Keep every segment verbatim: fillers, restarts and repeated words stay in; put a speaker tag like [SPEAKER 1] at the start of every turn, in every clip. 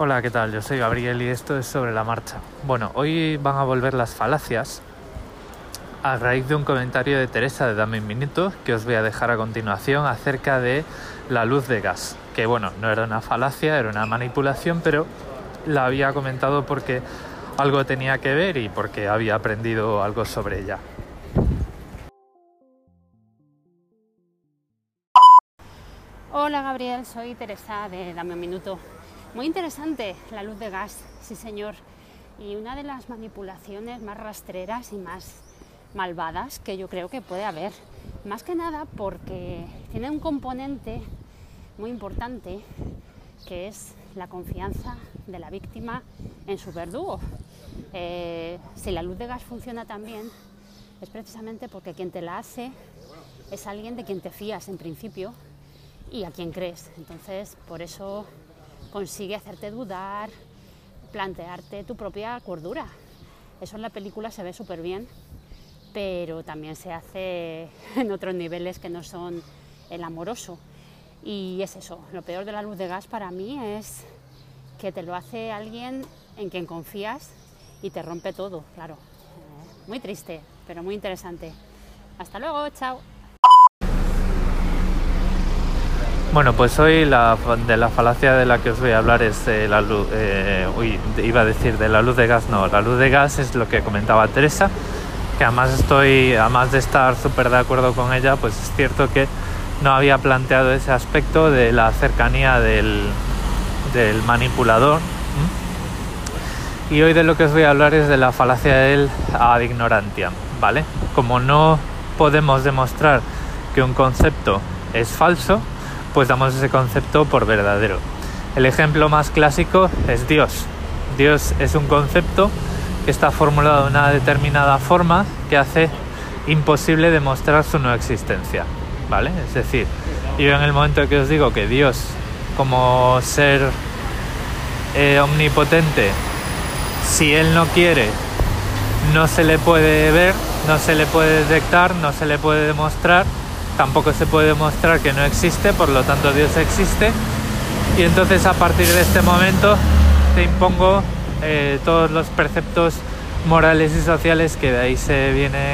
[SPEAKER 1] Hola, ¿qué tal? Yo soy Gabriel y esto es Sobre la Marcha. Bueno, hoy van a volver las falacias a raíz de un comentario de Teresa de Dame un Minuto que os voy a dejar a continuación acerca de la luz de gas. Que bueno, no era una falacia, era una manipulación, pero la había comentado porque algo tenía que ver y porque había aprendido algo sobre ella.
[SPEAKER 2] Hola Gabriel, soy Teresa de Dame un Minuto. Muy interesante la luz de gas, sí señor, y una de las manipulaciones más rastreras y más malvadas que yo creo que puede haber, más que nada porque tiene un componente muy importante que es la confianza de la víctima en su verdugo. Eh, si la luz de gas funciona tan bien es precisamente porque quien te la hace es alguien de quien te fías en principio y a quien crees. Entonces, por eso consigue hacerte dudar, plantearte tu propia cordura. Eso en la película se ve súper bien, pero también se hace en otros niveles que no son el amoroso. Y es eso, lo peor de la luz de gas para mí es que te lo hace alguien en quien confías y te rompe todo, claro. Eh, muy triste, pero muy interesante. Hasta luego, chao.
[SPEAKER 1] Bueno, pues hoy la, de la falacia de la que os voy a hablar es de la luz, eh, uy, iba a decir de la luz de gas, no, la luz de gas es lo que comentaba Teresa, que además estoy, además de estar súper de acuerdo con ella, pues es cierto que no había planteado ese aspecto de la cercanía del, del manipulador. ¿Mm? Y hoy de lo que os voy a hablar es de la falacia del ad ignorantiam, ¿vale? Como no podemos demostrar que un concepto es falso, pues damos ese concepto por verdadero. El ejemplo más clásico es Dios. Dios es un concepto que está formulado de una determinada forma que hace imposible demostrar su no existencia, ¿vale? Es decir, yo en el momento que os digo que Dios, como ser eh, omnipotente, si Él no quiere, no se le puede ver, no se le puede detectar, no se le puede demostrar, tampoco se puede demostrar que no existe, por lo tanto Dios existe, y entonces a partir de este momento te impongo eh, todos los preceptos morales y sociales que de ahí se vienen,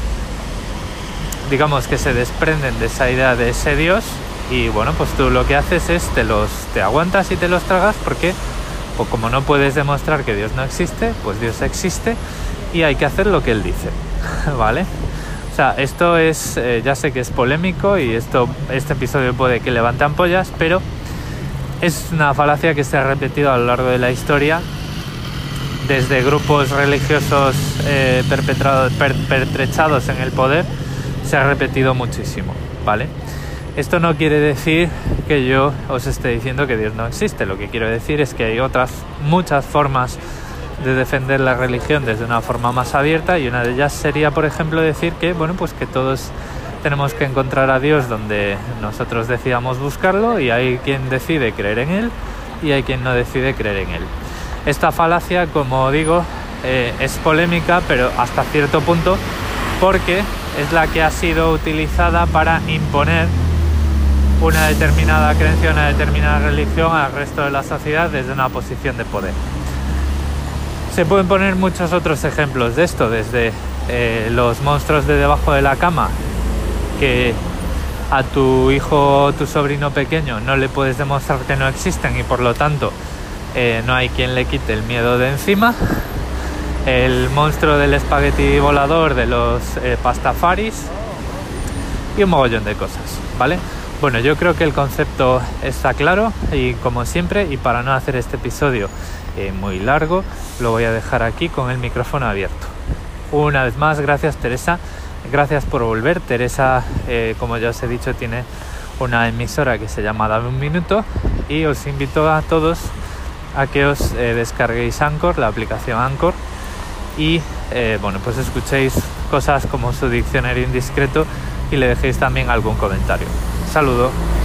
[SPEAKER 1] digamos que se desprenden de esa idea de ese Dios, y bueno, pues tú lo que haces es te los te aguantas y te los tragas porque pues como no puedes demostrar que Dios no existe, pues Dios existe y hay que hacer lo que Él dice, ¿vale? O sea, esto es, eh, ya sé que es polémico y esto, este episodio puede que levante ampollas, pero es una falacia que se ha repetido a lo largo de la historia, desde grupos religiosos eh, perpetrados, per, pertrechados en el poder, se ha repetido muchísimo, ¿vale? Esto no quiere decir que yo os esté diciendo que Dios no existe, lo que quiero decir es que hay otras muchas formas de defender la religión desde una forma más abierta, y una de ellas sería, por ejemplo, decir que bueno, pues que todos tenemos que encontrar a Dios donde nosotros decidamos buscarlo, y hay quien decide creer en Él y hay quien no decide creer en Él. Esta falacia, como digo, eh, es polémica, pero hasta cierto punto, porque es la que ha sido utilizada para imponer una determinada creencia, una determinada religión al resto de la sociedad desde una posición de poder. Se pueden poner muchos otros ejemplos de esto, desde eh, los monstruos de debajo de la cama, que a tu hijo o tu sobrino pequeño no le puedes demostrar que no existen y por lo tanto eh, no hay quien le quite el miedo de encima. El monstruo del espagueti volador de los eh, pastafaris y un mogollón de cosas, ¿vale? Bueno, yo creo que el concepto está claro y como siempre, y para no hacer este episodio eh, muy largo, lo voy a dejar aquí con el micrófono abierto. Una vez más, gracias Teresa, gracias por volver. Teresa, eh, como ya os he dicho, tiene una emisora que se llama Dame un Minuto, y os invito a todos a que os eh, descarguéis Anchor, la aplicación Anchor, y eh, bueno, pues escuchéis cosas como su diccionario indiscreto y le dejéis también algún comentario. Saludo.